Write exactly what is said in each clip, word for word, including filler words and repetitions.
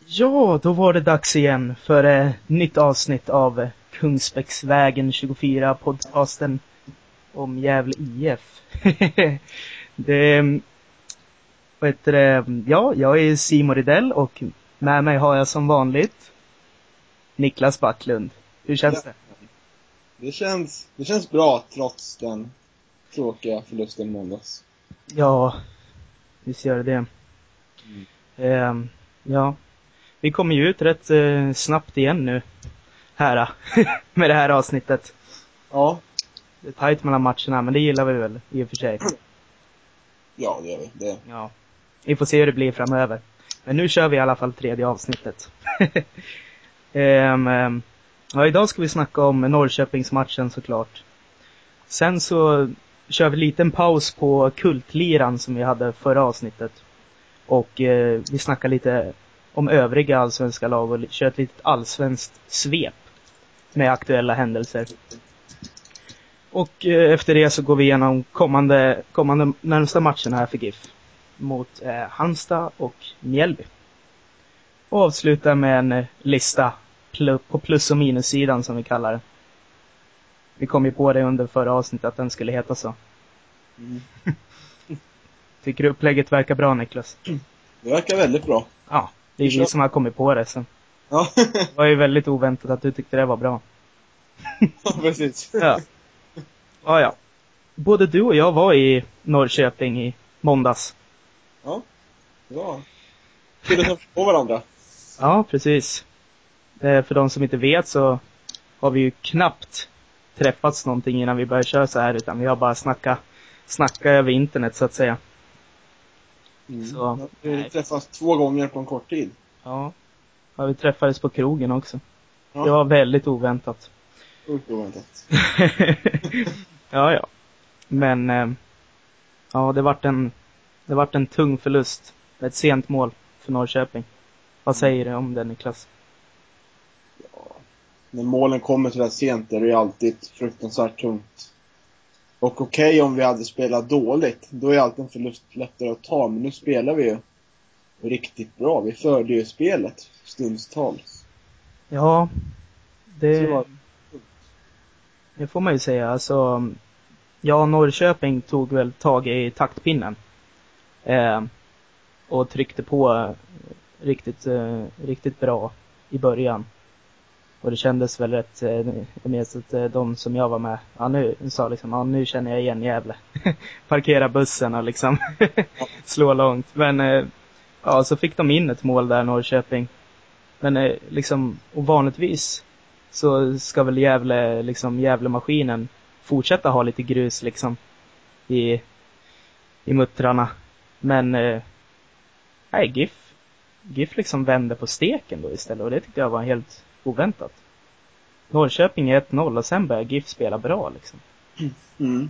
Ja, då var det dags igen för ett eh, nytt avsnitt av eh, Kungsbäcksvägen tjugofyra, podcasten om Gävle I F. det, vad heter det, ja, jag är Simon Rydell och med mig har jag som vanligt Niklas Backlund. Hur känns ja. det? Det känns, det känns bra trots den tråkiga förlusten måndags. Ja, visst gör det. Mm. Eh, ja. Vi kommer ju ut rätt eh, snabbt igen nu här med det här avsnittet. Ja. Det är tajt mellan matcherna, men det gillar vi väl i och för sig. Ja, det gör vi. Det. Ja. Vi får se hur det blir framöver. Men nu kör vi i alla fall tredje avsnittet. um, um, ja, idag ska vi snacka om Norrköpingsmatchen såklart. Sen så kör vi en liten paus på kultliran som vi hade förra avsnittet. Och uh, vi snackar lite om övriga allsvenska lag och kör ett litet allsvenskt svep med aktuella händelser. Och eh, efter det så går vi igenom kommande, kommande närmsta matchen här för GIF mot eh, Halmstad och Mjällby. Och avslutar med en eh, lista pl- på plus- och minussidan som vi kallar det. Vi kom ju på det under förra avsnittet att den skulle heta så. Mm. Tycker du upplägget verkar bra, Niklas? Det verkar väldigt bra. Ja, det är vi, vi som har kommit på det sen. Ja. Det var ju väldigt oväntat att du tyckte det var bra. Ja, precis. Ja. Ja, ja. Både du och jag var i Norrköping i måndags. Ja, bra. Kul att få på varandra. Ja, precis. För de som inte vet så har vi ju knappt träffats någonting innan vi började köra så här. Utan vi har bara snackat snacka över internet så att säga. Mm. Så, ja, vi har träffats två gånger på en kort tid. Ja, ja vi träffades på krogen också. Ja. Det var väldigt oväntat. Oväntat. Ja, ja. Men eh, ja, det vart en det vart en tung förlust. Ett sent mål för Norrköping. Vad säger du om det, Niklas? Ja, när målen kommer så där sent är det ju alltid fruktansvärt tungt. Och okej okay, om vi hade spelat dåligt, då är alltid en förlust lättare att ta. Men nu spelar vi ju riktigt bra. Vi förde ju spelet stundstal. Ja, det, det, var... det får man ju säga. Alltså, ja, Norrköping tog väl tag i taktpinnen. Eh, och tryckte på riktigt, eh, riktigt bra i början. Och det kändes väl rätt, eh, jag minns att eh, de som jag var med, ja nu sa liksom, ja nu känner jag igen Gävle. Parkera bussen och liksom slå långt. Men eh, ja, så fick de in ett mål där, Norrköping. Men eh, liksom, och vanligtvis så ska väl Gävle, liksom Gävlemaskinen fortsätta ha lite grus liksom i, i muttrarna. Men eh, nej, GIF GIF liksom vände på steken då istället. Och det tyckte jag var helt oväntat. Norrköping är ett noll och sen börjar GIF spela bra liksom. Mm.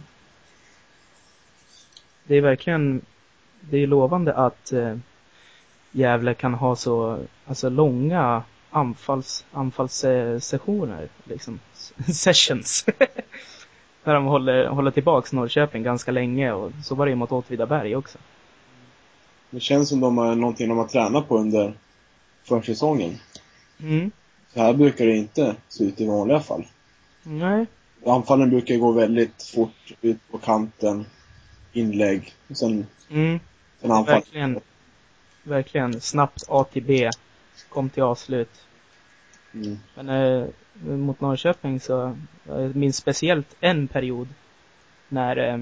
Det är verkligen, det är lovande att eh, Gävle kan ha så alltså långa anfalls anfallssessioner liksom sessions. När de håller håller tillbaks Norrköping ganska länge, och så var det ju mot Åtvidaberg också. Det känns som de har någonting de har tränat på under försäsongen. Mm. Så här brukar det inte se ut i vanliga fall. Nej. Anfallen brukar gå väldigt fort ut på kanten, inlägg och sen, mm. sen anfall. Verkligen, verkligen snabbt A till B, kom till avslut. Mm. Men eh, mot Norrköping så jag minns speciellt en period när eh,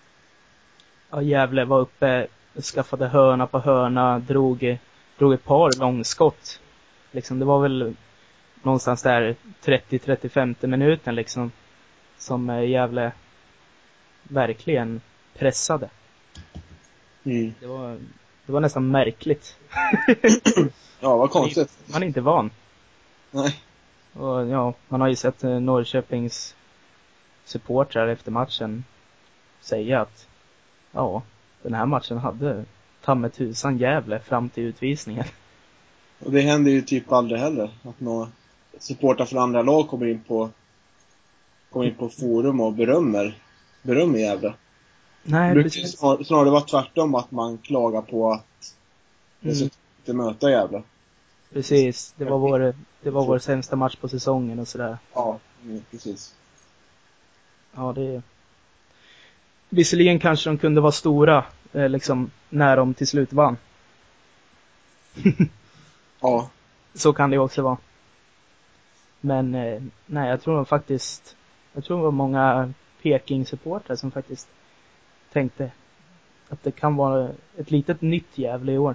ja, Gävle var uppe, skaffade hörna på hörna, drog, drog ett par långskott. Liksom, det var väl någonstans där trettio till trettiofem minuten liksom, som eh, Gävle verkligen pressade. Mm. Det var, det var nästan märkligt. Ja, vad konstigt. Man är, man är inte van. Nej. Och ja, man har ju sett eh, Norrköpings supportrar efter matchen säga att ja, den här matchen hade ta med tusan Gävle fram till utvisningen. Och det händer ju typ aldrig heller att några supportrar från andra lag kommer in på kommer in på forum och berömmer berömmer Gävle. Nej, det precis. Snarare, snarare det var tvärtom att man klagar på att det mm. inte möta Gävle. Precis, det var vår, det var vår sämsta match på säsongen och sådär. Ja, mm, precis. Ja, det är... Visserligen kanske de kunde vara stora, eh, liksom, när de till slut vann. Ja. Så kan det också vara. Men, eh, nej, jag tror de faktiskt... Jag tror det var många Peking-supportrar som faktiskt tänkte att det kan vara ett litet nytt Gävle i år.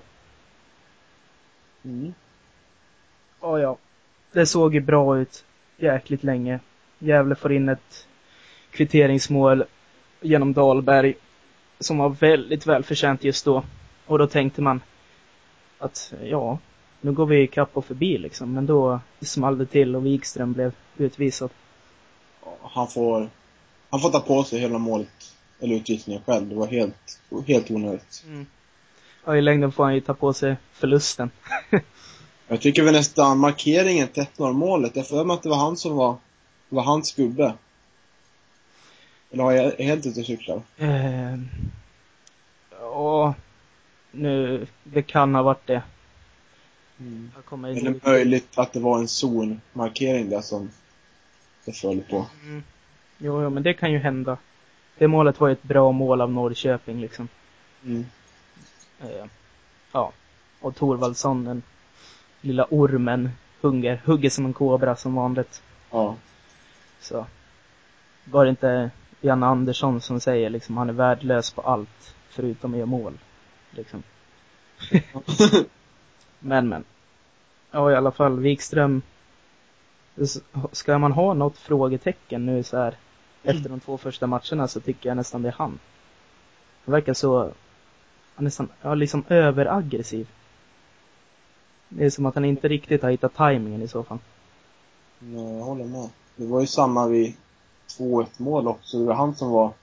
Mm. Ja, ja. Det såg ju bra ut jäkligt länge. Gävle får in ett kvitteringsmål genom Dahlberg som var väldigt välförtjänt just då. Och då tänkte man att ja, nu går vi i kapp och förbi liksom. Men då small det till och Wikström blev utvisad. Han får, han får ta på sig hela målet, eller utvisningen själv. Det var helt, helt onödigt. Mm. Ja, i längden får han ju ta på sig förlusten. Jag tycker väl nästan markeringen till ett noll-målet. Jag för mig att det var han som var, det var hans gubbe. Eller har jag helt ute och cyklar? Eh, ja, nu, det kan ha varit det. Mm. Jag kommer inte Eller ihåg. möjligt att det var en zonmarkering där som det föll på. Mm. Jo, jo, men det kan ju hända. Det målet var ju ett bra mål av Norrköping liksom. Mm. Eh, ja. Och Thorvaldsson, den lilla ormen, hunger, hugger som en kobra som vanligt. Ja. Så var det inte Jan Andersson som säger liksom han är värdelös på allt förutom att göra mål liksom. men men ja, i alla fall Wikström, ska man ha något frågetecken nu så här efter de två första matcherna, så tycker jag nästan det är han. Han verkar så, han är nästan, ja, liksom överaggressiv. Det är som att han inte riktigt har hittat tajmingen i så fall. Nej, jag håller med. Det var ju samma vid två ett mål också. Det var han som var...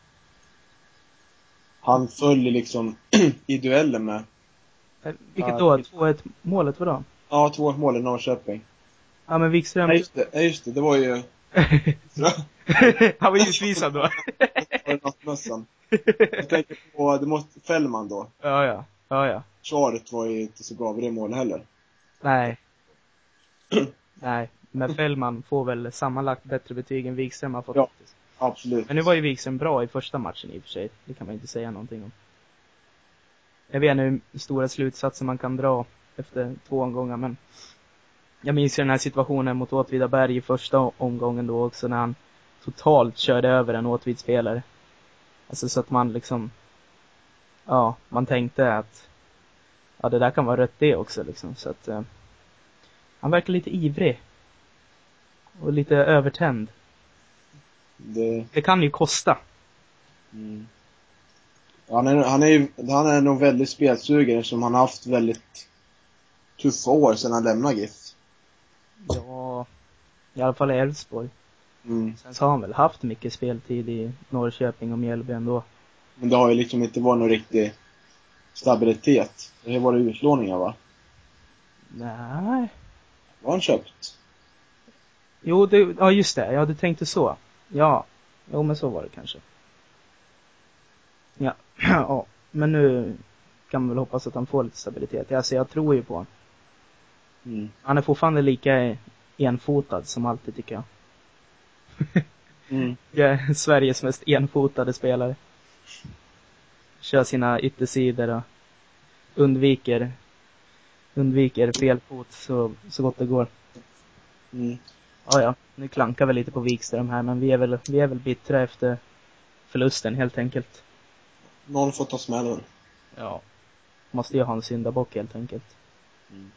Han följde liksom i duellen med... Vilket Ja, då? två ett målet var då? Ja, två ett mål i Norrköping. Ja, men Wikström... Ja, just det. Ja, just det. Det var ju... Han var ju utvisad då. Det var nattmössan. Jag tänker på... Det måste... Fällman då. Ja, ja. Ja, ja. Svaret var ju inte så bra vid det målet heller. Nej. Nej. Men Fällman får väl sammanlagt bättre betyg än Wikström har fått. Ja, absolut. Men nu var ju Wikström bra i första matchen i och för sig. Det kan man inte säga någonting om. Jag vet nu hur stora slutsatser man kan dra efter två omgångar, men jag minns ju den här situationen mot Åtvidaberg i första omgången då också, när han totalt körde över en Åtvidspelare. Alltså så att man liksom, ja, man tänkte att ja, det där kan vara rött det också liksom. Så att eh, han verkar lite ivrig och lite övertänd. Det, det kan ju kosta. Mm. Han är, han, är ju, han är nog väldigt spelsugen, som han har haft väldigt tuffa år sedan han lämnade GIF. Ja, i alla fall i Elfsborg. Mm. Sen så har han väl haft mycket speltid i Norrköping och Mjällby ändå. Men det har ju liksom inte varit någon riktig stabilitet. Det har varit utlåningar, va? Nej. Vad har han köpt? Jo, det, ja just det. Ja, du tänkte så. Ja, jo men så var det kanske. Ja, ja. Men nu kan man väl hoppas att han får lite stabilitet. Alltså jag tror ju på honom. Mm. Han är fortfarande lika enfotad som alltid, tycker jag. Mm. Jag är Sveriges mest enfotade spelare. Kör sina yttersidor och undviker undviker felfot så, så gott det går. Mm. Ja, ja. Nu klankar vi lite på Wikström här, men vi är väl, vi är väl bittra efter förlusten helt enkelt. Någon får ta smällen. Ja. Måste ju ha en syndabock helt enkelt. Mm.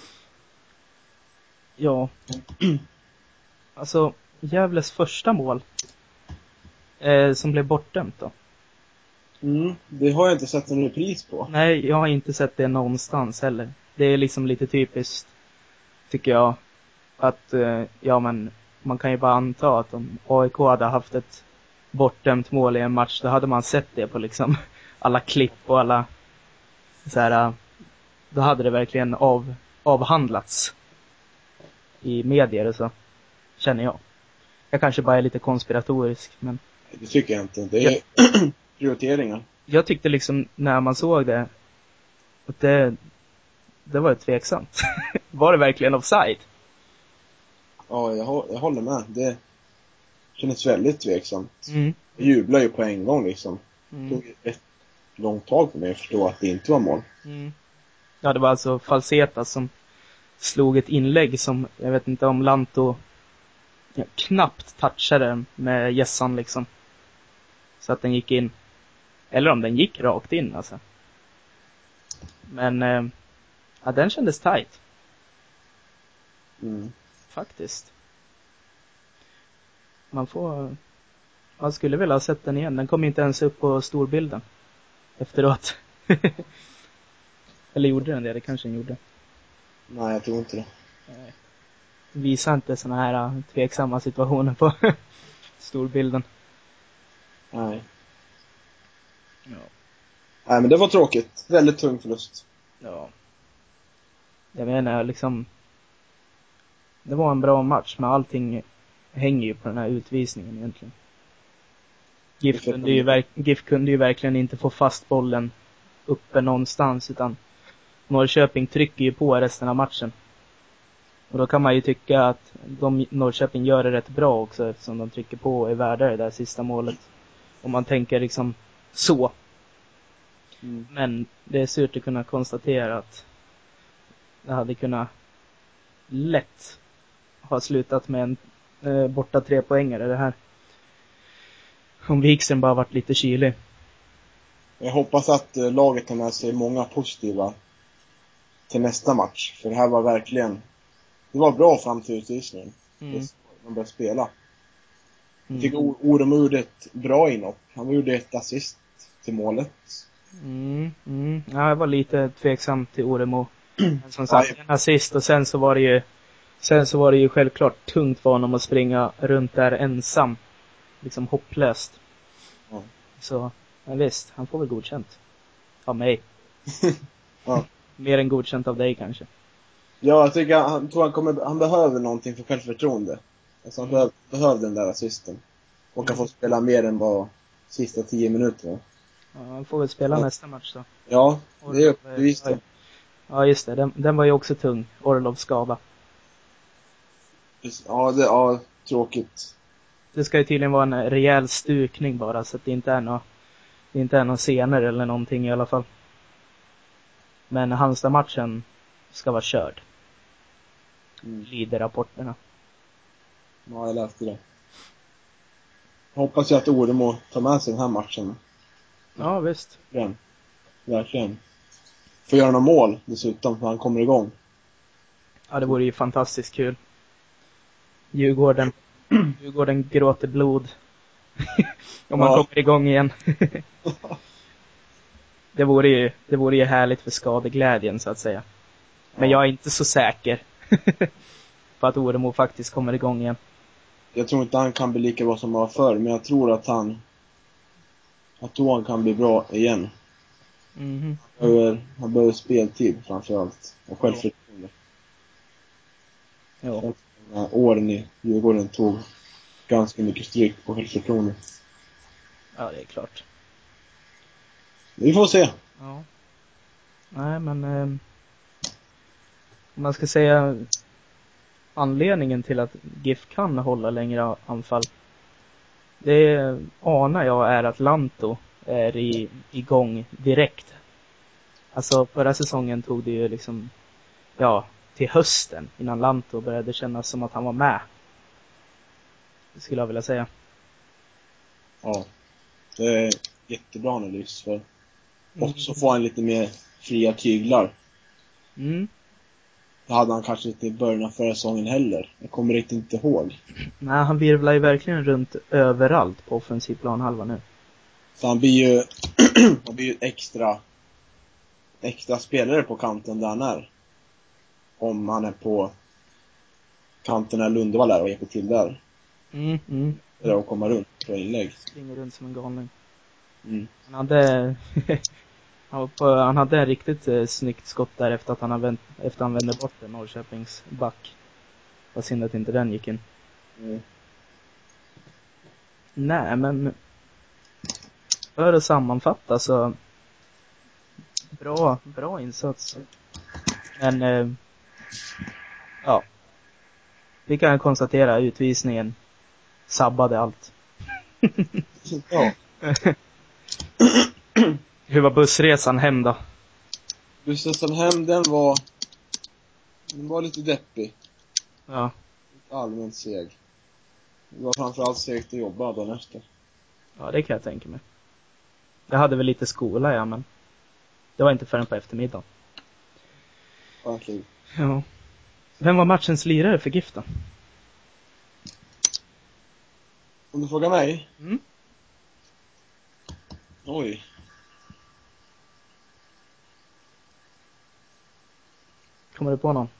Ja. Alltså, Gävles första mål eh, som blev bortdömt då. Mm. Det har jag inte sett en repris på. Nej, jag har inte sett det någonstans heller. Det är liksom lite typiskt, tycker jag, att eh, ja men man kan ju bara anta att om A I K hade haft ett bortdömt mål i en match, då hade man sett det på liksom alla klipp och alla så här, då hade det verkligen av, avhandlats i medier och så, känner jag. Jag kanske bara är lite konspiratorisk, men Det tycker jag inte. Det är prioriteringar. jag tyckte liksom när man såg det att det, det var tveksamt. var det verkligen offside? Ja, jag, hå- jag håller med. Det kändes väldigt tveksamt. Mm. Jag jublar ju på en gång liksom. Mm. Det tog ett långt tag för mig att förstå att det inte var mål. Mm. Ja, det var alltså Falseta som slog ett inlägg som, jag vet inte om Lanto ja, knappt touchade den med gässan liksom. Så att den gick in. Eller om den gick rakt in alltså. Men eh, ja, den kändes tight. Mm. Faktiskt. Man får... Man skulle vilja ha sett den igen. Den kom inte ens upp på storbilden. Efteråt. Eller gjorde den det? Det kanske den gjorde. Nej, jag tror inte det. Nej. Visa inte såna här uh, tveksamma situationer på storbilden. Nej. Ja. Nej, men det var tråkigt. Väldigt tung förlust. Ja. Jag menar liksom... Det var en bra match, men allting hänger ju på den här utvisningen egentligen. GIF kunde ju, verk- GIF kunde ju verkligen inte få fast bollen uppe någonstans, utan Norrköping trycker ju på resten av matchen. Och då kan man ju tycka att de, Norrköping gör det rätt bra också, eftersom de trycker på och är värda det där sista målet. Om man tänker liksom så. Mm. Men det är surt att kunna konstatera att det hade kunnat lätt ha slutat med en eh, borta tre poängare det här. Om Wikström bara varit lite kylig. Jag hoppas att eh, laget tar med sig många positiva till nästa match. För det här var verkligen... Det var bra fram till utvisningen. Mm. De började spela. Mm. Jag tycker O- Oremo gjorde ett bra inhopp. Han gjorde ett assist till målet. Mm, mm. Ja, jag var lite tveksam till Oremo. Men som sagt, en assist, och sen så var det ju sen så var det ju självklart tungt för honom att springa runt där ensam. Liksom hopplöst. Ja. Så, men visst, han får väl godkänt. Av mig. Ja. Mer än godkänt av dig kanske. Ja, jag tycker han, tror han, kommer, han behöver någonting för självförtroende. Alltså han Mm. behöver, behöver den där assisten. Och kan Mm. få spela mer än bara sista tio minuterna. Ja, han får väl spela Ja. nästa match då. Ja, det är Orlov, det visst det. Ja, just det. Den, den var ju också tung. Orlovs skada. Ja, det ja, tråkigt. Det ska ju tydligen vara en rejäl stukning bara, så att det inte är något, det inte är någon scener eller någonting i alla fall. Men Halmstad-matchen ska vara körd. Mm. Lyder rapporterna. Ja, jag läste det. Jag hoppas ju att Oremo tar med sig den här matchen. Ja, visst. Verkligen. Verkligen. Får göra några mål dessutom, för han kommer igång. Ja, det vore ju fantastiskt kul. Djurgården, Djurgården gråter blod. Om man Ja. kommer igång igen. det, vore ju, det vore ju härligt för skadeglädjen, så att säga. Men Ja. jag är inte så säker på att Oremo faktiskt kommer igång igen. Jag tror inte han kan bli lika bra som han var förr, men jag tror att han att då han kan bli bra igen. Mhm. Han behöver, han behöver speltid framförallt. Och självförtroende. Jo. De här åren i Djurgården tog ganska mycket stryk på självförtroende. Ja, det är klart. Vi får se. Ja. Nej, men eh, om man ska säga anledningen till att GIF kan hålla längre anfall, det anar jag är att Lanto är i, igång direkt. Alltså förra säsongen tog det ju liksom, ja, till hösten innan Lanto började kännas som att han var med. Det skulle jag vilja säga. Ja. Det är jättebra analys för. Mm. Och så får han lite mer fria tyglar. Mm. Det hade han kanske inte i början av förra säsongen heller. Jag kommer riktigt inte ihåg. Nej, han virvlar ju verkligen runt överallt på offensiv planhalva nu. Så han blir ju han blir ju extra extra spelare på kanten där han är. Om han är på kanten när Lundvall är och hjälper till där. Mm, mm. Eller att komma runt på inlägg. Springer runt som en galning. Mm. Han hade han, var på, han hade en riktigt eh, snyggt skott där efter att han har vänt, efter han vände bort en Norrköpings back. Vad synd att inte den gick in. Mm. Nej, men för att sammanfatta så bra, bra insats. Men eh, Ja. Vi kan konstatera utvisningen sabbade allt. Ja. Hur var bussresan hem då? Bussresan hem, den var den var lite deppig. Ja. Allmänt seg. Det var framförallt segt att jobba dagen efter. Ja, det kan jag tänka mig. Jag hade väl lite skola, ja, men det var inte förrän på eftermiddagen. Skönt liv. Ja. Vem var matchens lirare för GIF då? Om du frågar mig? Mm. Oj. Kommer du på någon?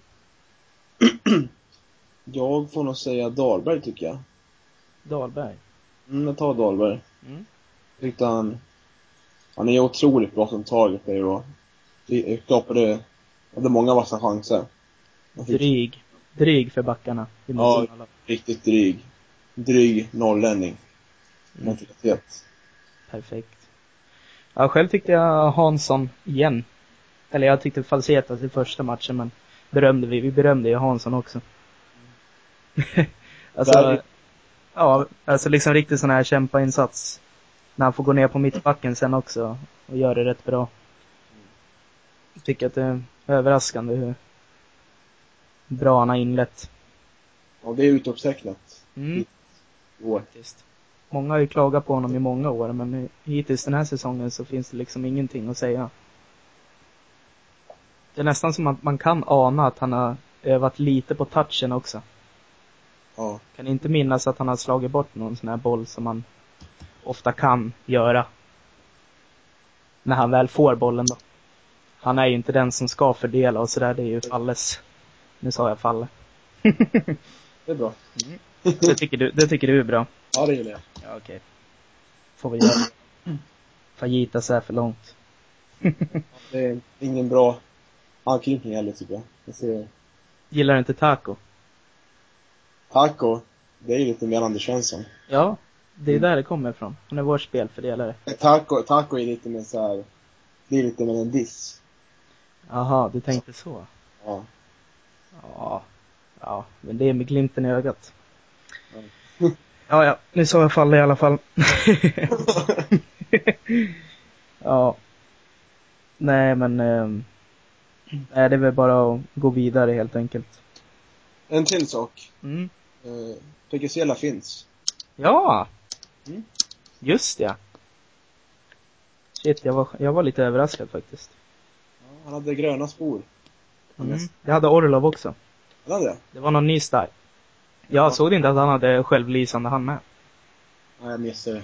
Jag får nog säga Dahlberg, tycker jag. Dahlberg. Mm, jag tar Dahlberg. Mm. Tyckte han Han är otroligt bra som target och det skapade hade många vassa chanser. Dryg. Dryg för backarna. Det Ja, alla. riktigt dryg. Dryg norrlänning. Mm. Mentalitet. Perfekt. Ja, själv tyckte jag Hansson igen. Eller jag tyckte Falsetas i första matchen, men berömde vi. Vi berömde ju Hansson också. alltså, Där... ja, alltså liksom riktigt sån här kämpainsats. När han får gå ner på mittbacken sen också och göra det rätt bra. Jag tycker att det är överraskande hur bra han har inlett. Ja, det är utopstecknat. Mm. År. Faktiskt. Många har ju klagat på honom i många år, men hittills den här säsongen så finns det liksom ingenting att säga. Det är nästan som att man kan ana att han har övat lite på touchen också. Ja. Kan inte minnas att han har slagit bort någon sån här boll som man ofta kan göra. När han väl får bollen då. Han är ju inte den som ska fördela och sådär, det är ju Falles. Nu sa jag Falle. Det är bra. Mm. Det tycker du, det tycker du är bra. Ja, det gillar jag. Ja, okej. Okay. Får vi göra. Fajita så här för långt. Det är ingen bra anknytning heller, tycker jag. jag ser... Gillar du inte Taco? Taco, det är ju lite mer Anders Svensson. Ja, det är Mm. där det kommer ifrån. Han är vår spelfördelare. Taco, taco är lite mer så här. Det är lite mer en diss. Jaha, du tänkte så. Ja. Ja, ja, men det är med glimten i ögat. Ja. Ja, ja, nu sa jag Falle i alla fall. Ja. Nej, men ähm, är det väl bara att gå vidare helt enkelt. En till sak. Mm. Uh, Pekersela finns. Ja. Mm. Just ja. Shit, jag var, jag var lite överraskad faktiskt. Ja, han hade gröna spor. Mm. Det hade Orlov också. Han hade det? Det var någon ny style. Jag Ja. såg inte att han hade självlysande hand med. Nej, jag missade det.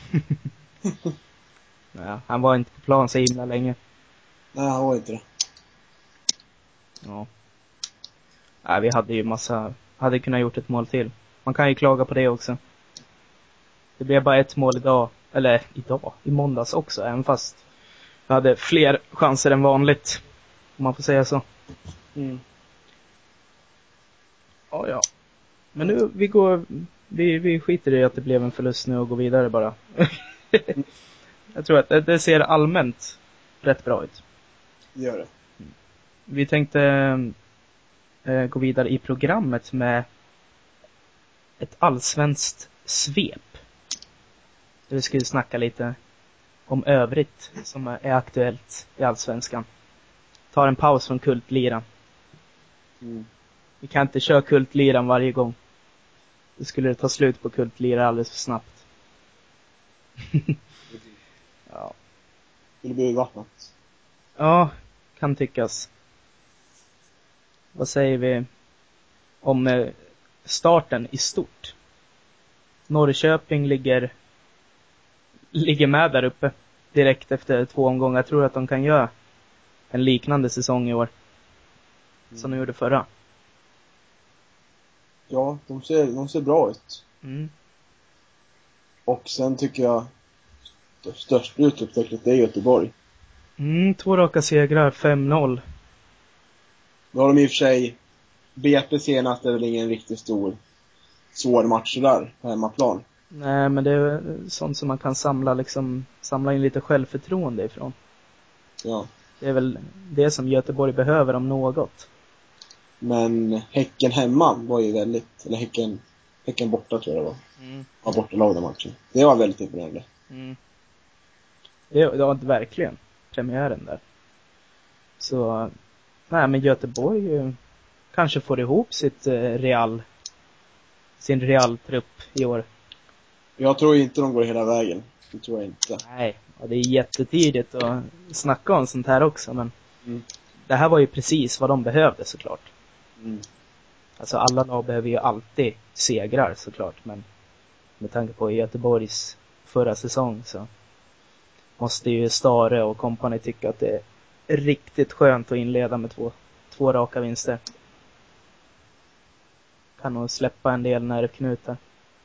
Ja, han var inte på plan så himla länge. Nej, han var inte det. Ja. Nej, vi hade ju massa... Hade kunnat gjort ett mål till. Man kan ju klaga på det också. Det blev bara ett mål idag. Eller idag, i måndags också. Även fast vi hade fler chanser än vanligt. Om man får säga så. Mm. Ja, ja. Men nu, vi går... Vi, vi skiter i att det blev en förlust nu och går vidare bara. Jag tror att det, det ser allmänt rätt bra ut. Det gör det. Vi tänkte eh, gå vidare i programmet med ett allsvenskt svep. Vi skulle snacka lite om övrigt som är aktuellt i allsvenskan. Tar en paus från kultliran. Mm. Vi kan inte köra kultliran varje gång. Det skulle ta slut på kultliran alldeles för snabbt. Ja. Det blir vattnat. Ja, kan tyckas. Vad säger vi om starten i stort? Norrköping ligger ligger med där uppe direkt efter två omgångar. Jag tror att de kan göra en liknande säsong i år mm. som de gjorde förra. Ja, de ser, de ser bra ut. Mm. Och sen tycker jag det största utropstecknet är Göteborg. Mm, två raka segrar, fem noll. Då har de i och för sig B P senast är väl ingen riktigt stor svår match där på hemmaplan. Nej, men det är sånt som man kan samla liksom samla in lite självförtroende ifrån. Ja. Det är väl det som Göteborg behöver om något. Men Häcken hemma var ju väldigt, eller Häcken, Häcken borta tror jag det var. Mm. Var borta lag den matchen. Det var väldigt imponerande. Mm. Det, det var verkligen premiären där. Så, nej men Göteborg eh, kanske får ihop sitt eh, Real, sin Real-trupp i år. Jag tror inte de går hela vägen. Det tror jag inte. Nej, och det är jättetidigt att snacka om sånt här också, men Mm. det här var ju precis vad de behövde såklart. Mm. Alltså alla lag behöver ju alltid segrar såklart, men med tanke på Göteborgs förra säsong så måste ju Stare och kompani tycka att det är riktigt skönt att inleda med två, två raka vinster. Kan nog släppa en del nervknutar.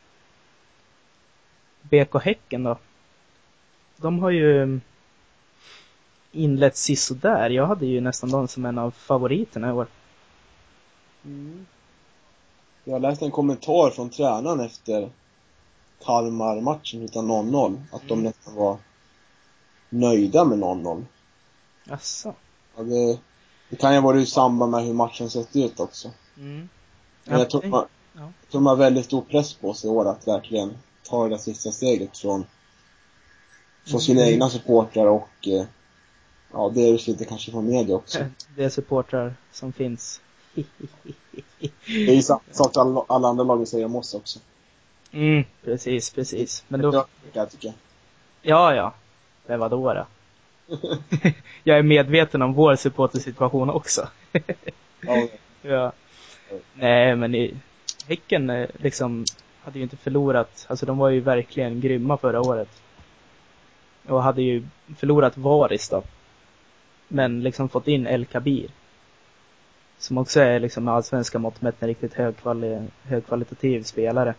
B K Häcken då? De har ju inlett sisådär. Jag hade ju nästan dem som en av favoriterna i år. Mm. Jag läste en kommentar från tränaren efter Kalmar-matchen utan noll noll. Att de Mm. nästan var nöjda med noll noll. Asså. Ja, det, det kan ju vara i samband med hur matchen sett ut också. Mm. Men jag tror, man, Ja. jag tror man har väldigt stor press på sig i år att verkligen ta det där sista steget från, från sina Mm. egna supportrar och eh, ja, det är ju lite kanske från media också. Det är supportrar som finns. Det är ju samma sak alla, alla andra lag säger om oss också. Mm, precis, precis. Men då... Jag tycker. Ja, ja. Men vadå då? Jag är medveten om vår supportersituation också. Ja. Ja. Nej, men i Häcken eh, liksom hade ju inte förlorat. Alltså de var ju verkligen grymma förra året. Och hade ju förlorat Varis då. Men liksom fått in El Kabir. Som också är liksom med allsvenska mått mätt en riktigt högkvali- högkvalitativ spelare.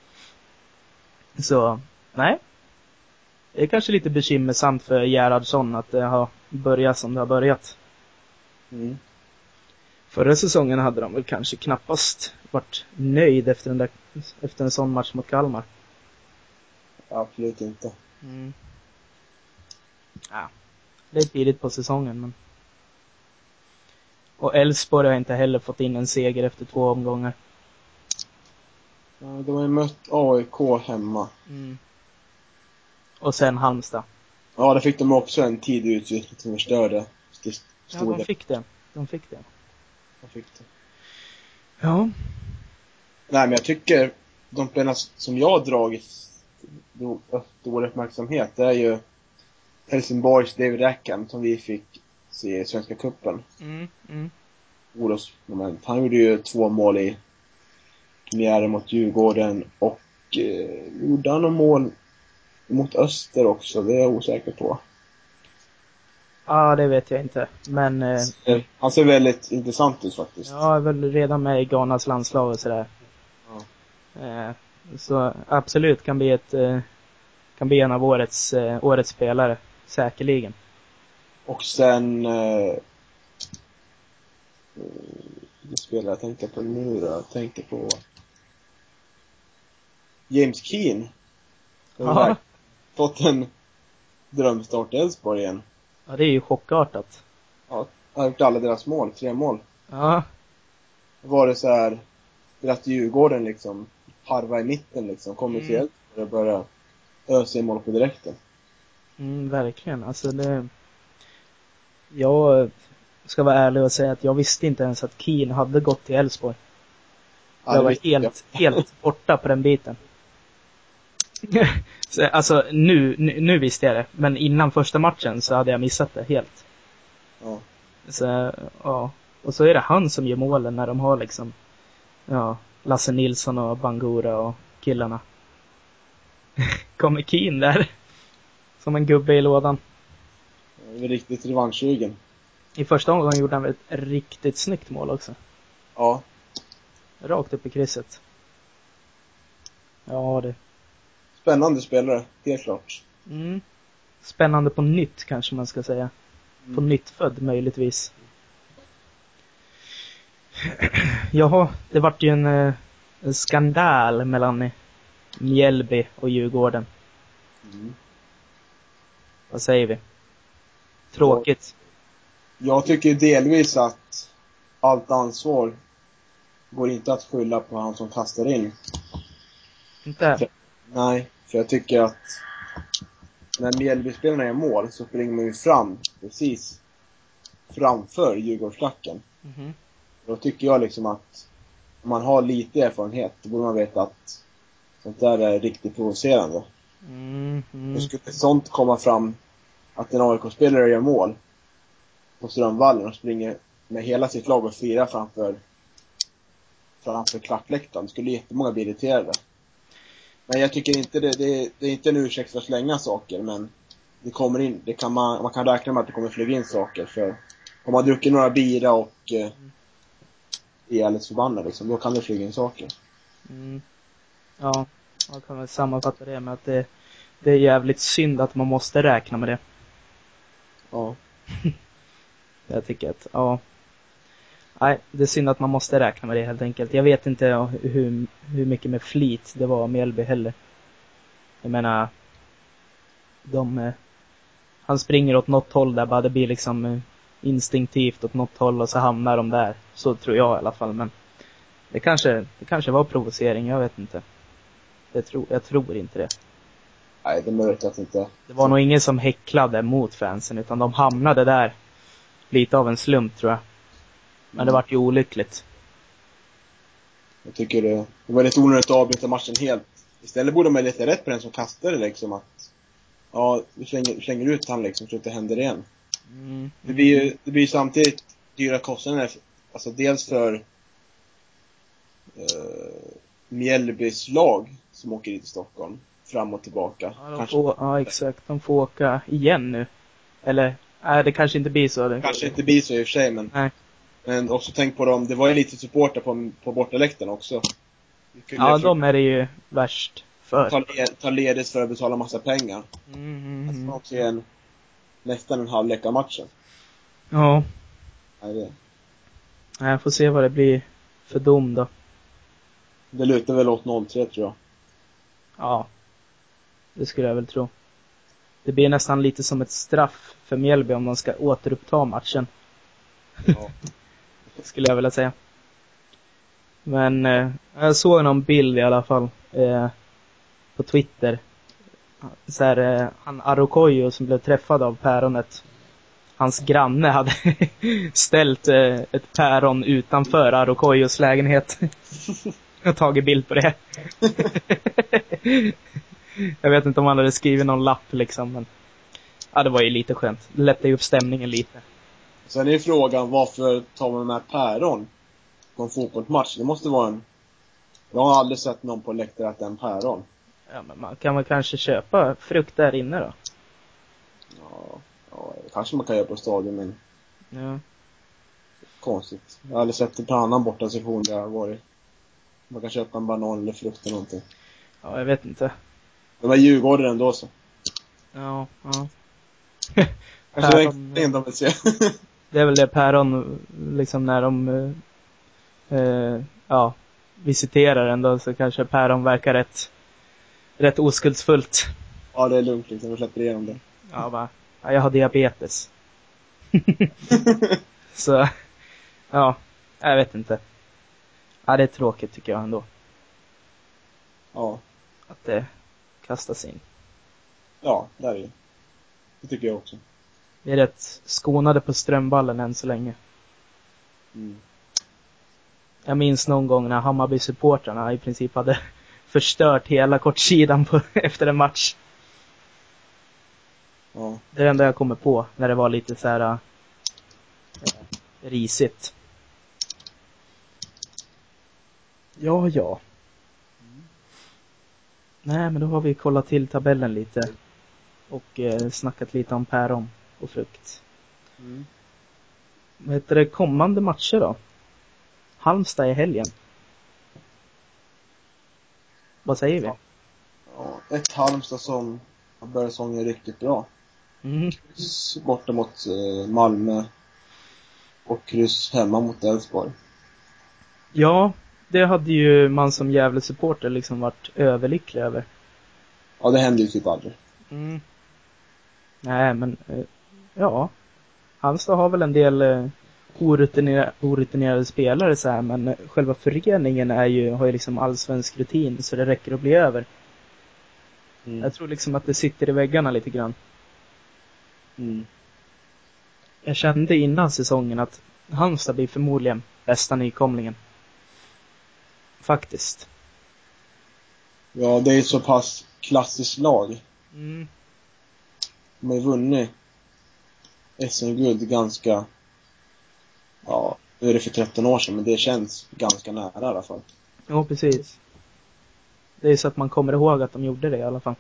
Så, nej. Det är kanske lite bekymmersamt för Gerhardsson att det har börjat som det har börjat. Mm. Förra säsongen hade de väl kanske knappast varit nöjd efter, den där, efter en sån match mot Kalmar. Absolut inte. Mm. Ja, det är tidigt på säsongen. Men... Och Elfsborg har inte heller fått in en seger efter två omgångar. Ja, de har ju mött A I K hemma. Mm. Och sen Halmstad. Ja, det fick de också en tidig utvisning som förstörde. Ja, de fick det. De fick det. De fick det. Ja. Nej, men jag tycker de spelarna som jag har dragit stor uppmärksamhet, det är ju Helsingborgs David Rackham som vi fick se i Svenska cupen. Mm, mm. Orosmoment. Han gjorde ju två mål i premiären mot Djurgården och eh, gjorde han någon mål mot Öster också, det är jag osäker på. Ja, det vet jag inte. Men... Eh, han ser väldigt intressant ut faktiskt. jag är väl redan med i Ghanas landslag och sådär. Ja. Eh, så absolut kan bli ett... Eh, kan bli en av årets, eh, årets spelare. Säkerligen. Och sen... Eh, det spelar jag tänkte på nu då. Jag tänkte på... James Keane. Har Ja. fått en drömstart i Elfsborg igen. Ja, det är ju chockartat. Ja, har gjort alla deras mål, tre mål. Ja. Var det så här att Djurgården liksom harva i mitten liksom, kommer Mm. till Elfsborg och börjar ösa i mål på direkten. Mm, verkligen. Alltså det... Jag ska vara ärlig och säga att jag visste inte ens att Keane hade gått till Elfsborg. Ja, Jag var visst, helt, ja. helt borta på den biten. Så, alltså nu, nu, nu visste jag det. Men innan första matchen så hade jag missat det helt. Ja. Så, ja. Och så är det han som gör målen när de har liksom, ja, Lasse Nilsson och Bangura och killarna. Kommer Keane där. Som en gubbe i lådan. Det är riktigt revanschsugen. I första omgången gjorde han ett riktigt snyggt mål också. Ja. Rakt upp i krysset. Ja, det. Spännande spelare, helt klart. Mm. Spännande på nytt kanske man ska säga. Mm. På nytt född möjligtvis. Jaha, det vart ju en, en skandal mellan Mjällby och Djurgården. Mm. Vad säger vi? Tråkigt. Jag tycker delvis att allt ansvar går inte att skylla på han som kastar in. Inte? För, nej, för jag tycker att när Mjällby-spelarna är mål så springer man ju fram precis framför Djurgårdsklacken. Mm-hmm. Då tycker jag liksom att om man har lite erfarenhet då borde man veta att sånt där är riktigt provocerande. Mm, mm. Då skulle sånt komma fram att en A I K-spelare gör mål på Strömvallen och springer med hela sitt lag och firar framför framför klackläktaren. Det skulle jättemånga bli irriterade. Men jag tycker inte det, det, det är inte en ursäkt för att slänga saker, men det kommer in, det kan man, man kan räkna med att det kommer flyga in saker, för om man druckit några bira och eh, är alldeles förbannad liksom, då kan det flyga in saker. Mm. Ja, man kan väl sammanfatta det med att det, det är jävligt synd att man måste räkna med det. Ja. Jag tycker att, ja. Nej, det är synd att man måste räkna med det helt enkelt. Jag vet inte ja, hur, hur mycket med flit det var med Mjällby heller. Jag menar, de, eh, han springer åt något håll där, bara det blir liksom eh, instinktivt åt något håll och så hamnar de där. Så tror jag i alla fall, men det kanske, det kanske var provocering, jag vet inte. Jag tror, jag tror inte det. Nej, det märker jag inte. Det var nog ingen som häcklade mot fansen, utan de hamnade där lite av en slump, tror jag. Men det vart ju olyckligt. Jag tycker det, det var lite onödigt att avbryta matchen helt. Istället borde man lite rätt på den som kastade liksom, att ja, vi slänger, vi slänger ut han liksom så att det händer igen. Mm, mm. Det blir ju det blir samtidigt dyra kostnader, alltså dels för uh, Mjällbys lag som åker dit till Stockholm fram och tillbaka. Ja, de får, ja, exakt. De får åka igen nu. Eller, nej, det kanske inte blir så. Det kanske inte blir så i och för sig, men nej. Men också tänk på dem, det var ju lite supporter på, på bortaläktaren också. Ja, de är det ju värst för. Ta, ta ledigt för att betala massa pengar. Mm, mm, alltså mm. också en, nästan en halvlek av matchen. Ja. Nej, det. Nej, jag får se vad det blir för dom då. Det lutar väl åt noll tre, tror jag. Ja, det skulle jag väl tro. Det blir nästan lite som ett straff för Mjällby om de ska återuppta matchen. Ja. Skulle jag vilja säga. Men eh, jag såg någon bild i alla fall eh, på Twitter. Så här, eh, han Arokoyo som blev träffad av päronet. Hans granne hade ställt eh, ett päron utanför Arokoyos lägenhet. Jag har tagit bild på det. Jag vet inte om han hade skrivit någon lapp liksom, men ja, det var ju lite skönt. Det lättade ju upp stämningen lite. Sen är frågan, varför tar man med päron på en fotbollsmatch? Det måste vara en... Jag har aldrig sett någon på läktaren att det är en päron. Ja, men man kan väl kanske köpa frukt där inne då? Ja, ja kanske man kan göra på stadion, men... Ja. Konstigt. Jag har aldrig sett det på en annan borta sektion där jag har varit. Man kan köpa en banan eller frukt eller någonting. Ja, jag vet inte. De är Djurgården ändå så. Ja, ja. Kanske päron, det är de vill se. Det är väl det päron, liksom när de eh, eh, ja, visiterar ändå, så kanske päron verkar rätt rätt oskuldsfullt. Ja, det är lugnt liksom, jag släpper igenom det. Ja, va. Ja, jag har diabetes. Så, ja, jag vet inte. Ja, det är tråkigt tycker jag ändå. Ja. Att det kastas in. Ja, det är det. Det tycker jag också. Vi är rätt skonade på Strömballen än så länge. Mm. Jag minns någon gång när Hammarby-supportrarna i princip hade förstört hela kortsidan på, efter en match. Ja. Det är det enda jag kommer på när det var lite så här äh, risigt. Ja, ja. Mm. Nej, men då har vi kollat till tabellen lite. Och eh, snackat lite om päron och frukt. Mm. Vad heter det, kommande matcher då? Halmstad i helgen. Vad säger vi? Ja. Ja, ett Halmstad som har börjat säsongen riktigt bra. Mm. Kryss borta mot eh, Malmö. Och kryss hemma mot Elfsborg. Ja, det hade ju man som jävla supporter liksom varit överlycklig över. Ja, det händer ju typ aldrig. Mm. Nej, men eh, ja. Halmstad har väl en del eh, orutinerade, orutinerade spelare så här, men själva föreningen är ju, har ju liksom allsvensk rutin så det räcker att bli över. Mm. Jag tror liksom att det sitter i väggarna lite grann. Mm. Jag kände innan säsongen att Halmstad blir förmodligen bästa nykomlingen. Faktiskt. Ja, det är ett så pass klassiskt lag. Mm. De har ju vunnit S M-guld ganska, ja, nu är det för tretton år sedan, men det känns ganska nära i alla fall. Ja, precis. Det är så att man kommer ihåg att de gjorde det i alla fall.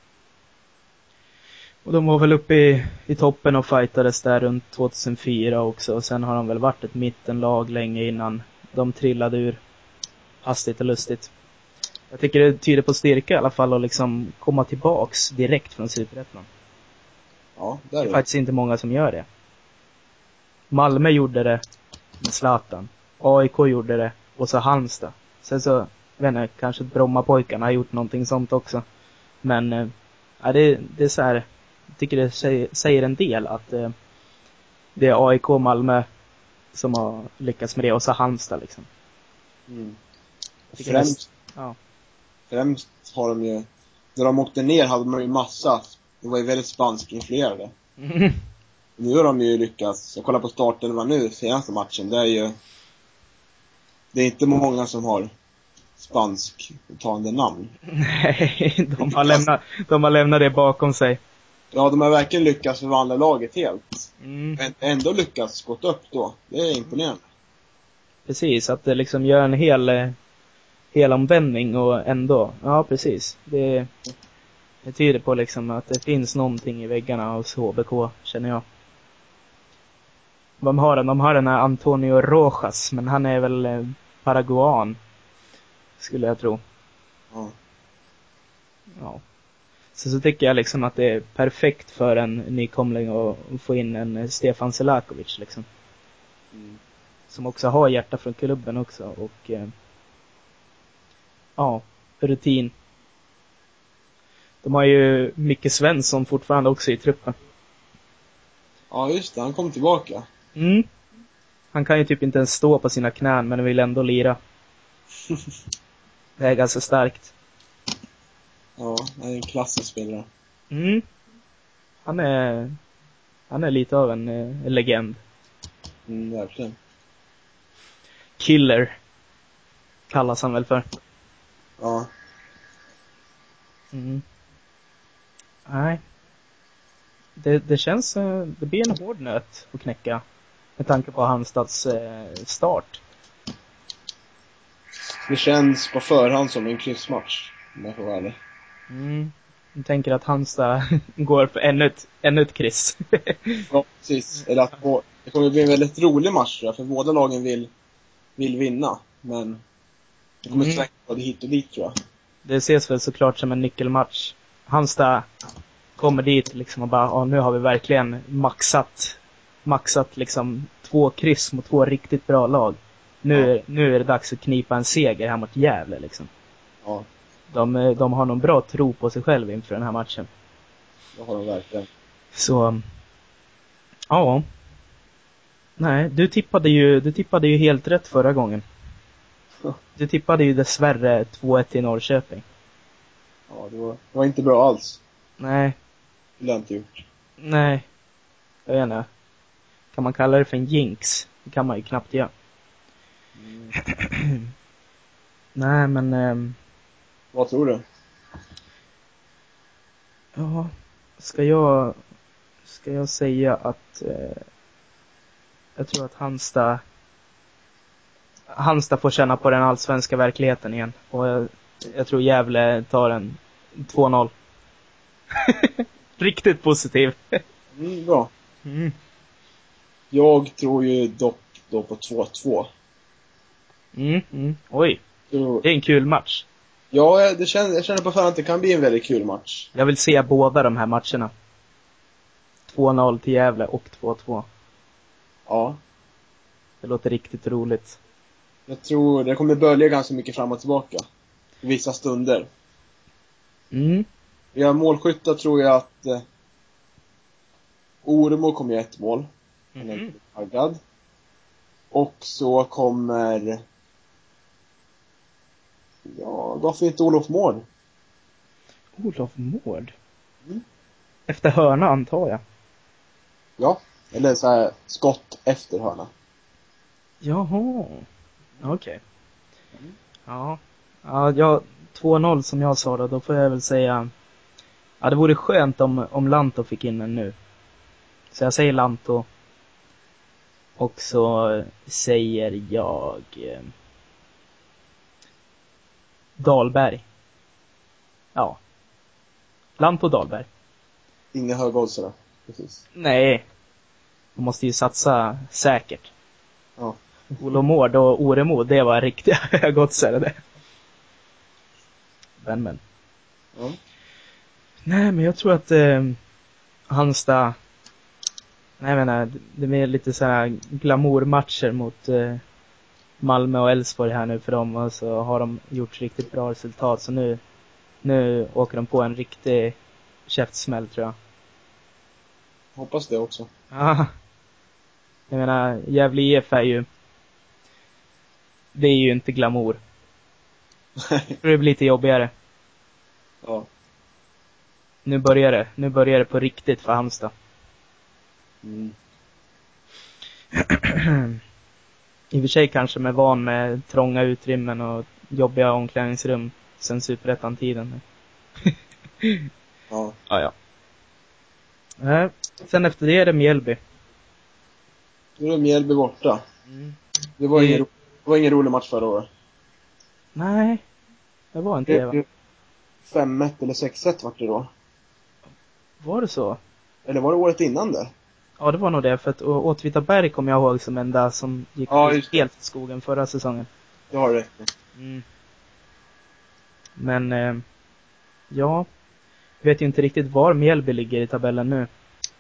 Och de var väl uppe i, i toppen och fightades där runt tjugohundrafyra också. Och sen har de väl varit ett mittenlag länge innan de trillade ur. Hastigt och lustigt. Jag tycker det tyder på styrka i alla fall att liksom komma tillbaks direkt från Superettan. Ja, där är det är faktiskt inte många som gör det. Malmö gjorde det med Zlatan. A I K gjorde det. Och så Halmstad. Sen så, vet inte, kanske Brommapojkarna har gjort någonting sånt också. Men, ja, det, det är så här. Jag tycker det säger, säger en del att eh, det är A I K och Malmö som har lyckats med det. Och så Halmstad liksom. Mm. Främst, ja. främst har de ju, när de åkte ner hade de ju massa, de var ju väldigt spansk-influerade. Mm. Nu har de ju lyckats, jag kollar på starten var nu, senaste matchen, det är ju, det är inte många som har spansk-talande namn. Nej, de har, lämnat, de har lämnat det bakom sig. Ja, de har verkligen lyckats förvandla laget helt. Mm. Men ändå lyckats gått upp då. Det är imponerande. Precis, att det liksom gör en hel, hel omvändning och ändå, ja precis. Det, det tyder på liksom att det finns någonting i väggarna hos H B K, känner jag. De har den, de har den här Antonio Rojas, men han är väl eh, paraguan, skulle jag tro. Ja. Ja. Så så tycker jag liksom att det är perfekt för en nykomling att få in en Stefan Selakovic liksom. Mm. Som också har hjärta från klubben också och eh, ja, rutin. De har ju Micke Svensson fortfarande också i truppen. Ja, just det, han kom tillbaka. Mm. Han kan ju typ inte ens stå på sina knän men vill ändå lira. Det är ganska starkt. Ja, han är en klassisk spelare. Mm. Han är han är lite av en, en legend. Mm, verkligen. Killer kallas han väl för. Ja. Mm. Nej. Det, det känns, det blir en hård nöt att knäcka med tanke på Halmstads eh, start. Det känns på förhand som en kryssmatch, om jag får vara ärlig. Mm. Jag tänker att Halmstad går för ännu ett, ännu ett kryss. Ja, precis. Eller att på, det kommer bli en väldigt rolig match, tror jag, för båda lagen vill, vill vinna. Men det kommer Mm. säkert både hit och dit, tror jag. Det ses väl såklart som en nyckelmatch. Halmstad kommer dit liksom och bara, ja, nu har vi verkligen maxat maxat liksom två kryss mot två riktigt bra lag. Nu, Ja. nu är det dags att knipa en seger här mot Gävle liksom. Ja, De, de har någon bra tro på sig själv inför den här matchen. det har de verkligen. Så ja. Nej, du tippade ju du tippade ju helt rätt förra gången. Du tippade ju dessvärre två ett till Norrköping. Ja, det var, det var inte bra alls. Nej. Det har jag inte gjort. Nej. Jag vet inte. Kan man kalla det för en jinx? Det kan man ju knappt göra. Mm. Nej, men ähm, Vad tror du? ja, ska jag ska jag säga att äh, jag tror att Halmstad Halmstad får känna på den allsvenska verkligheten igen. Och jag, jag tror Gävle tar en två noll. Riktigt positiv. Mm, bra. Mm. Jag tror ju dock då på två två. Mm, mm. Oj, Så, det är en kul match. ja, det känner, jag känner på förhand att det kan bli en väldigt kul match. Jag vill se båda de här matcherna. två noll till Gävle och två två. Ja. Det låter riktigt roligt. Jag tror det kommer bölja ganska mycket fram och tillbaka. I vissa stunder. Mm. Vi har målskyttar, tror jag att eh, Oremo kommer göra ett mål. Han är Mm. taggad. Och så kommer... Ja, varför inte Olof Mård? Olof Mård? Mm. Efter hörna, antar jag. Ja, eller så här skott efter hörna. Jaha. Okej. Okay. Mm. Ja. Ja, jag, två noll som jag sa då, då får jag väl säga... Ja, det vore skönt om, om Lanto fick in den nu. Så jag säger Lanto. Och så säger jag... Eh, Dahlberg. Ja. Lanto Dahlberg. Inga höga odds då. Precis. Nej. Man måste ju satsa säkert. Ja. Olof Mård och Oremo, det var riktiga högoddsare det. Men men. Ja. Nej, men jag tror att eh, Halmstad... Nej, jag menar, det är lite så här glamourmatcher mot eh, Malmö och Elfsborg här nu för dem. Och så har de gjort riktigt bra resultat. Så nu, nu åker de på en riktig käftsmäll, tror jag. Hoppas det också. Ja. Jag menar, Gävle I F är ju... Det är ju inte glamour. Det blir lite jobbigare. Ja. Nu börjar det. Nu börjar det på riktigt för Halmstad. Mm. I och för sig kanske med van med trånga utrymmen och jobbiga omklädningsrum sen Superettan-tiden. Ja. Ja, ja. Sen efter det är det Mjällby. Nu är det Mjällby borta. Mm. Det var, det... ingen, ro- det var ingen rolig match förra året. Nej, det var inte det, va? fem ett eller sex ett vart det då. Var det så? Eller var det året innan det? Ja, det var nog det. För att Åtvidaberg kommer jag ihåg som enda som gick Ja, helt i skogen förra säsongen. Det har det. Mm. Men, eh, ja. Jag vet ju inte riktigt var Mjällby ligger i tabellen nu.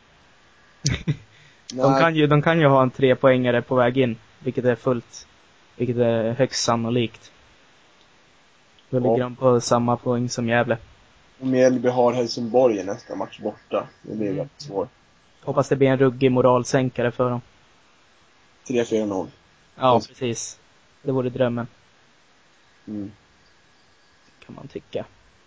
de, kan ju, de kan ju ha en tre poängare på väg in. Vilket är fullt. Vilket är högst sannolikt. Då Ja. ligger de på samma poäng som Gävle. Och Mjällby har Helsingborg i nästa match borta. Det blir Mm. väldigt svårt. Hoppas det blir en ruggig moralsänkare för dem. tre fyra noll. Ja, Yes. precis. Det vore drömmen. Mm. Kan man tycka.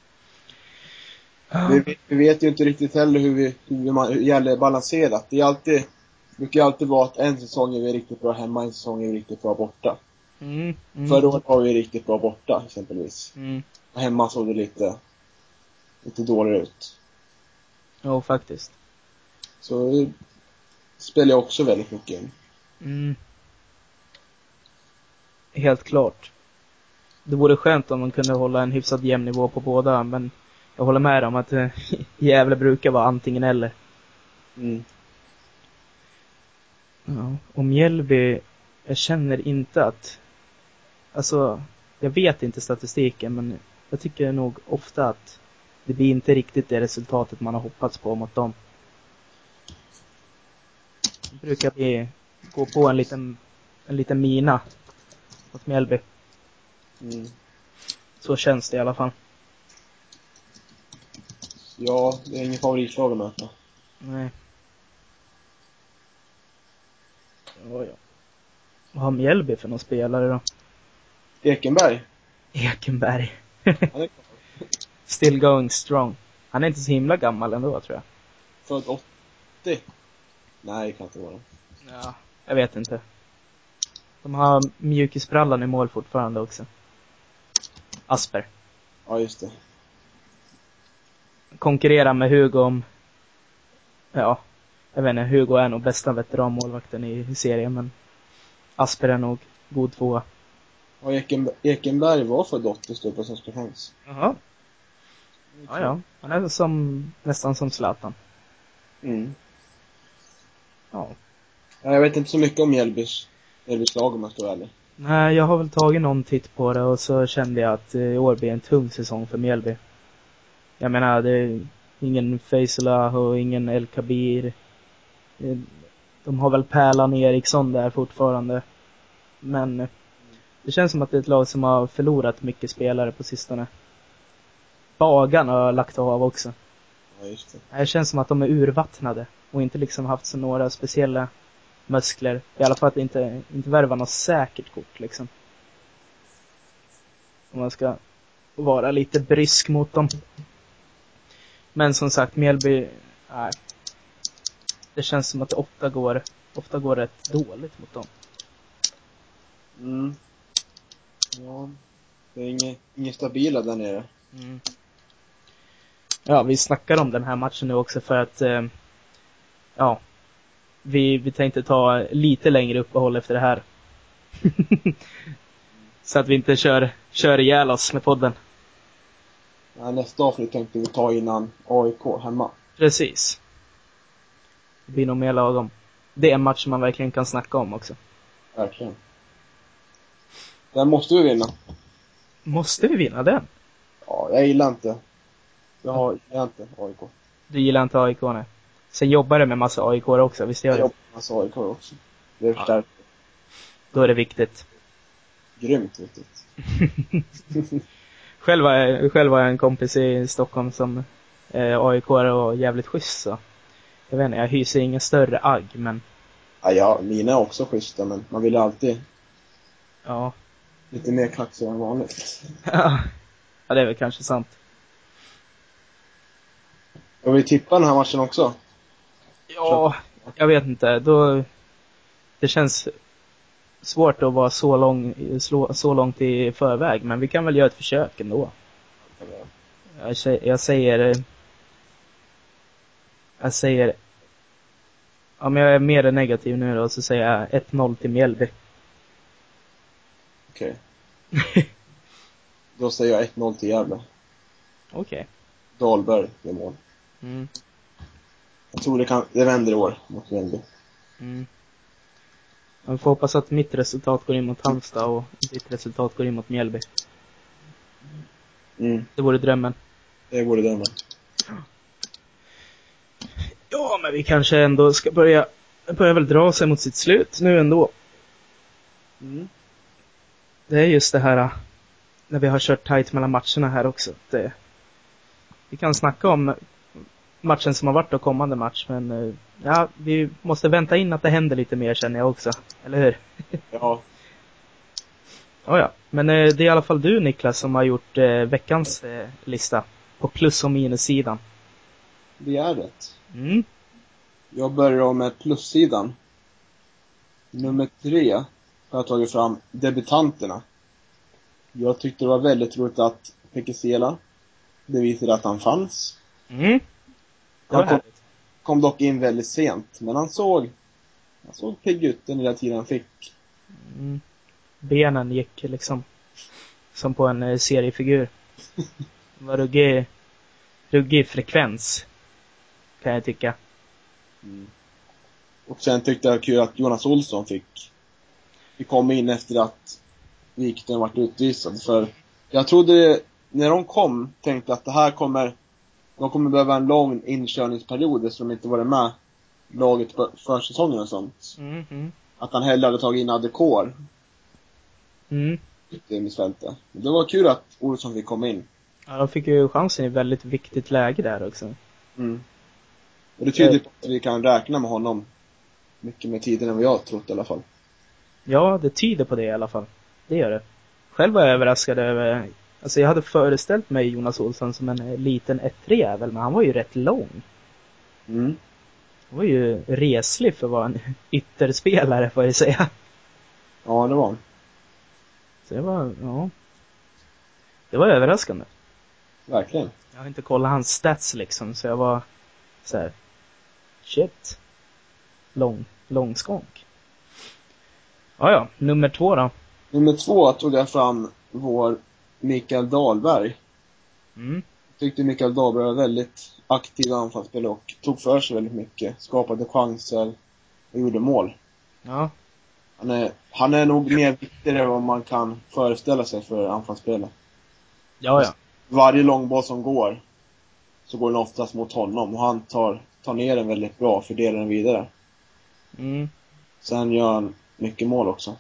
Vi, vi vet ju inte riktigt heller hur vi hur man, hur gäller balanserat. Det är alltid, det brukar ju alltid vara att en säsong är vi riktigt bra hemma, en säsong är vi riktigt bra borta. Mm, mm. Förra året var vi riktigt bra borta, exempelvis. Mm. Och hemma såg det lite, lite dåligare ut. Jo, faktiskt. Så det spelar jag också väldigt mycket in. Mm. Helt klart. Det vore skönt om man kunde hålla en hyfsad jämn nivå på båda, men jag håller med om att eh, Gävle brukar vara antingen eller. Mm. Ja. Och Mjällby, jag känner inte att... Alltså, jag vet inte statistiken, men jag tycker nog ofta att det blir inte riktigt det resultatet man har hoppats på mot dem. Det brukar bli, gå på en liten, en liten mina mot Mjällby. Mm. Så känns det i alla fall. Ja, det är ingen favoritlag att möta. Nej. Ja, ja. Vad har Mjällby för någon spelare då? Ekenberg. Ekenberg. Han är klar. Still going strong. Han är inte så himla gammal ändå, tror jag. Född åttio. Nej, det kan inte vara. Ja, jag vet inte. De har mjukisbrallan i mål fortfarande också. Asper. Ja, just det. Konkurrerar med Hugo om... Ja, jag vet inte. Hugo är nog bästa veteranmålvakten i serien, men Asper är nog god tvåa. Och Ekenberg, Ekenberg var född åttio, stod på Svenska fans. Jaha. Ja, ja. Han är som, nästan som Zlatan. Mm. Ja. Jag vet inte så mycket om Mjällbys, Mjällbys lag, om jag ska vara ärlig. Nej, jag har väl tagit någon titt på det och så kände jag att i år blir en tung säsong för Mjällby. Jag menar, det är ingen Faisala och ingen El Kabir. De har väl Pärlan Eriksson där fortfarande. Men det känns som att det är ett lag som har förlorat mycket spelare på sistone. Bagan har lagt av också. Ja, just det. Det känns som att de är urvattnade och inte liksom haft så några speciella muskler. I alla fall att inte, inte värva något säkert kort liksom. Om man ska vara lite brysk mot dem. Men som sagt, Mjällby, nej. Det känns som att det ofta går, ofta går rätt dåligt mot dem. Mm. Ja, det är inget, inget stabila där nere. Mm. Ja, vi snackar om den här matchen nu också för att eh, ja, vi, vi tänkte ta lite längre uppehåll efter det här. Så att vi inte kör, kör ihjäl oss med podden. Ja, nästa avsnitt tänkte vi ta innan A I K hemma. Precis. Det blir nog mer lagom. Det är en match man verkligen kan snacka om också. Verkligen. Den måste vi vinna. Måste vi vinna den? Ja, jag gillar inte. Jag har jag gillar inte A I K. Du gillar inte A I K, nej. Sen jobbar det med massa A I K också, visst gör Jag det? jobbar med massa A I K också. Det är förstärkt. Då är det viktigt. Grymt viktigt. Själv har jag, själv har jag en kompis i Stockholm som är A I K och jävligt schysst, så jag vet inte, jag hyser ingen större agg, men Ja, ja, mina är också schyssta, men man vill alltid ja. lite mer kaxig än vanligt. Ja, det är väl kanske sant. Och vi tippar den här matchen också. Ja, jag vet inte. Då, det känns svårt att vara så, lång, så, så långt i förväg, men vi kan väl göra ett försök ändå. Jag, jag säger jag säger om jag är mer negativ nu då, så säger jag ett noll till Mjällby. Okej. Okay. Då säger jag ett noll till Gävle. Okej. Okay. Dahlberg i mål. Mm. Jag tror det kan det vänder i år mot Mjällby. Mm. Jag får hoppas att mitt resultat går in mot Halmstad och ditt resultat går in mot Mjällby. Mm. Det vore drömmen. Det vore drömmen. Ja, men vi kanske ändå ska börja börja väl dra sig mot sitt slut nu ändå. Mm. Det är just det här när vi har kört tight mellan matcherna här också. Det, vi kan snacka om matchen som har varit och kommande match, men ja, vi måste vänta in att det händer lite mer, känner jag också. Eller hur? Ja. Oh ja, men det är i alla fall du, Niklas, som har gjort eh, veckans eh, lista på plus- och minussidan. Det är rätt. Mm. Jag börjar med plussidan. Nummer tre har jag tagit fram debutanterna. Jag tyckte det var väldigt roligt att Pekesela bevisade att han fanns. Mm. Han kom, kom dock in väldigt sent, men han såg han såg pigg ut den lilla tiden han fick. Mm. Benen gick liksom som på en eh, seriefigur. Det var ruggig, ruggig frekvens, kan jag tycka. Mm. Och sen tyckte jag kul att Jonas Olsson fick vi kom in efter att Vikten varit utvisad. För jag trodde när de kom tänkte att det här kommer de kommer behöva en lång inkörningsperiod så de inte varit med laget för säsongen och sånt. Mm, mm. Att han hellre hade tagit in Adekor. Mm. Det missfältet. Det var kul att Olsson fick komma in. Ja, de fick ju chansen i ett väldigt viktigt läge där också. Mm. Och det tyder på att vi kan räkna med honom mycket mer tiden än vad jag trott i alla fall. Ja, det tyder på det i alla fall. Det gör det. Själv var jag överraskad över... Alltså jag hade föreställt mig Jonas Olsson som en liten ett tre jävel, men han var ju rätt lång. Mm. Han var ju reslig för att vara en ytterspelare, får jag säga. Ja, det var han. Så det var, ja... Det var överraskande. Verkligen. Jag har inte kollat hans stats liksom, så jag var så här, shit. Lång, lång skånk. Ja, ja, nummer två då. Nummer två tog jag fram vår Mikael Dahlberg. Mm. Jag tyckte Mikael Dahlberg var väldigt aktiv anfallsspelare och tog för sig väldigt mycket. Skapade chanser och gjorde mål. Ja. Han är, han är nog mer viktigare än vad man kan föreställa sig för anfallsspelare. Ja, ja. Varje långboll som går så går den oftast mot honom och han tar, tar ner den väldigt bra och fördelar den vidare. Mm. Sen gör han mycket mål också.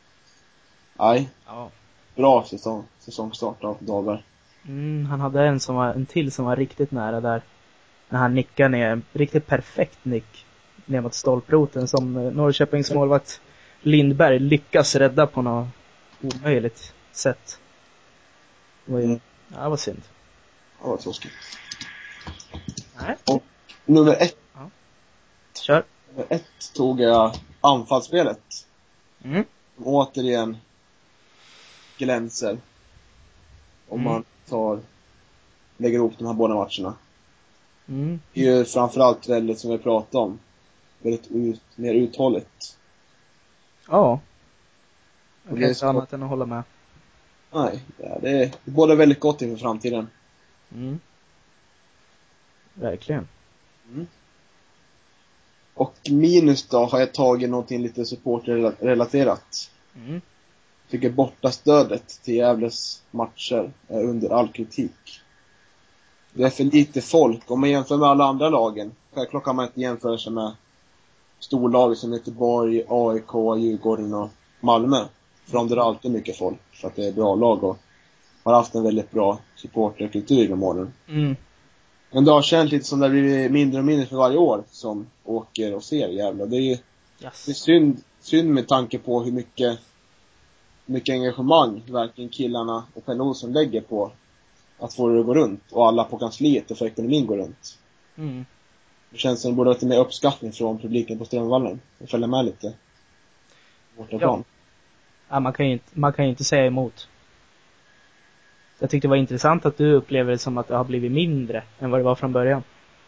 Nej. Ja. Bra säsong, säsongstart av Dahlberg. Mm, han hade en som var en till som var riktigt nära där. När han nickade ner, riktigt perfekt nick ner mot stolproten som Norrköpings målvakt Lindberg lyckas rädda på något omöjligt sätt. Det var ju, ja, det var synd. Ja, det var tråkigt. Nej. Och nummer ett. Ja. Kör. Nummer ett tog jag anfallsspelet. Mm. Som återigen glänser. Om Mm. man tar lägger ihop de här båda matcherna. Mm. Det är ju framförallt väldigt, som vi pratade om, väldigt ut, mer uthålligt. Ja. Jag Och kan det är inte så- annat än att hålla med. Nej, ja, det är båda väldigt gott inför framtiden. Mm. Verkligen. Mm. Och minus då har jag tagit någonting lite supportrelaterat. Mm. Tycker bortastödet till Gävles matcher är under all kritik. Det är för lite folk. Om man jämför med alla andra lagen. Självklart kan man inte jämföra sig med storlag som Göteborg, A I K, Djurgården och Malmö. För de drar alltid mycket folk. För att det är bra lag och har haft en väldigt bra supporterkultur genom åren. Mm. Men det har känt lite som det blir mindre och mindre för varje år som åker och ser Gävle. Det är ju Yes. det är synd, synd med tanke på hur mycket, mycket engagemang verkligen killarna och Pelle Olsson lägger på att få det att gå runt. Och alla på kansliet och för ekonomin går runt. Mm. Det känns som det borde ha lite mer uppskattning från publiken på Strömvallen. Och följa med lite. Bortaplan. Ja, man kan ju inte, man kan ju inte säga emot. Jag tyckte det var intressant att du upplever det som att det har blivit mindre än vad det var från början.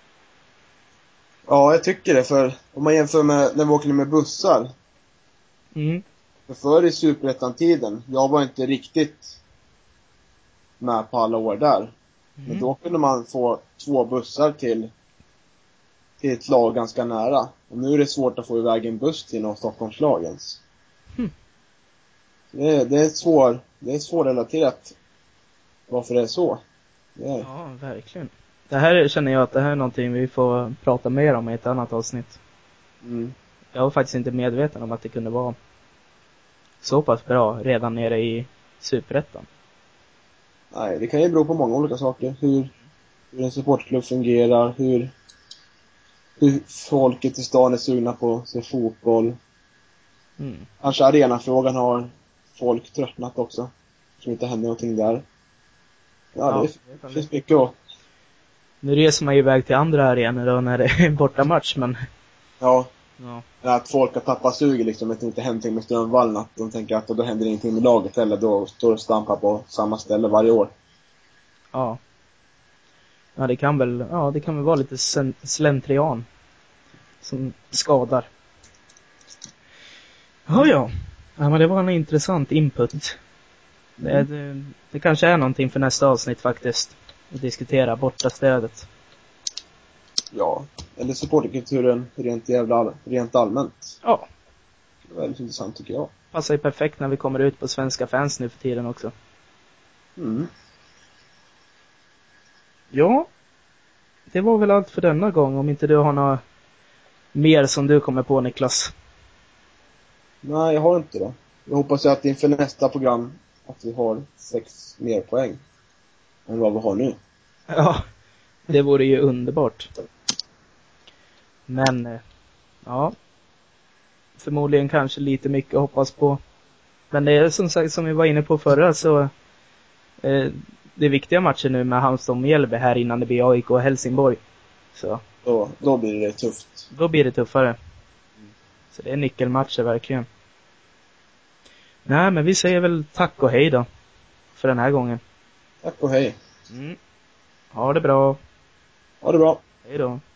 Ja, jag tycker det. För om man jämför med när vi åkte med bussar. Mm. För förr i Superettan-tiden, jag var inte riktigt med på alla år där. Men Mm. då kunde man få två bussar till, till ett lag ganska nära. Och nu är det svårt att få iväg en buss till någon Stockholmslag ens. Hmm. Det, är, det är svår, det är svårrelaterat varför det är så. Det är. Ja, verkligen. Det här känner jag att det här är någonting vi får prata mer om i ett annat avsnitt. Mm. Jag var faktiskt inte medveten om att det kunde vara så pass bra redan nere i Superettan. Nej, det kan ju bero på många olika saker. Hur, hur en supportklubb fungerar, hur, hur folket i stan är sugna på att se fotboll. Mm. Kanske arenafrågan har folk tröttnat också. Som inte händer någonting där. Ja, Ja, det finns mycket att... Nu reser man ju iväg till andra arenor då när det är en bortamatch, men Ja, ja. att folk har tappat suget liksom, att det inte händer någonting med Strömvallen. Att de tänker att då händer ingenting med laget eller då står och stampar på samma ställe varje år. Ja. Ja, det kan väl, ja, det kan väl vara lite sen- slentrian som skadar. Ja, ja. Ja, men det var en intressant input. Det, det, det kanske är någonting för nästa avsnitt faktiskt. Att diskutera borta stödet. Ja, eller supporterkulturen rent jävla rent allmänt. Ja, Det är väldigt intressant tycker jag. passar ju perfekt när vi kommer ut på svenska fans nu för tiden också. Mm. Ja, det var väl allt för denna gång. Om inte du har något mer som du kommer på, Niklas. Nej, jag har inte det. Jag hoppas att inför nästa program att vi har sex mer poäng än vad vi har nu. Ja, det vore ju underbart. Men, eh, ja. Förmodligen kanske lite mycket att hoppas på. Men det är som sagt, som vi var inne på förra, så eh, det är viktiga matcher nu med Halmstad och Mjällby här innan det blir A I K och Helsingborg. Så Då, då blir det tufft. då blir det tuffare. Så det är nyckelmatcher verkligen. Nej, men vi säger väl tack och hej då. För den här gången. Tack och hej. Mm. Ha det bra. Ha det bra. Hej då.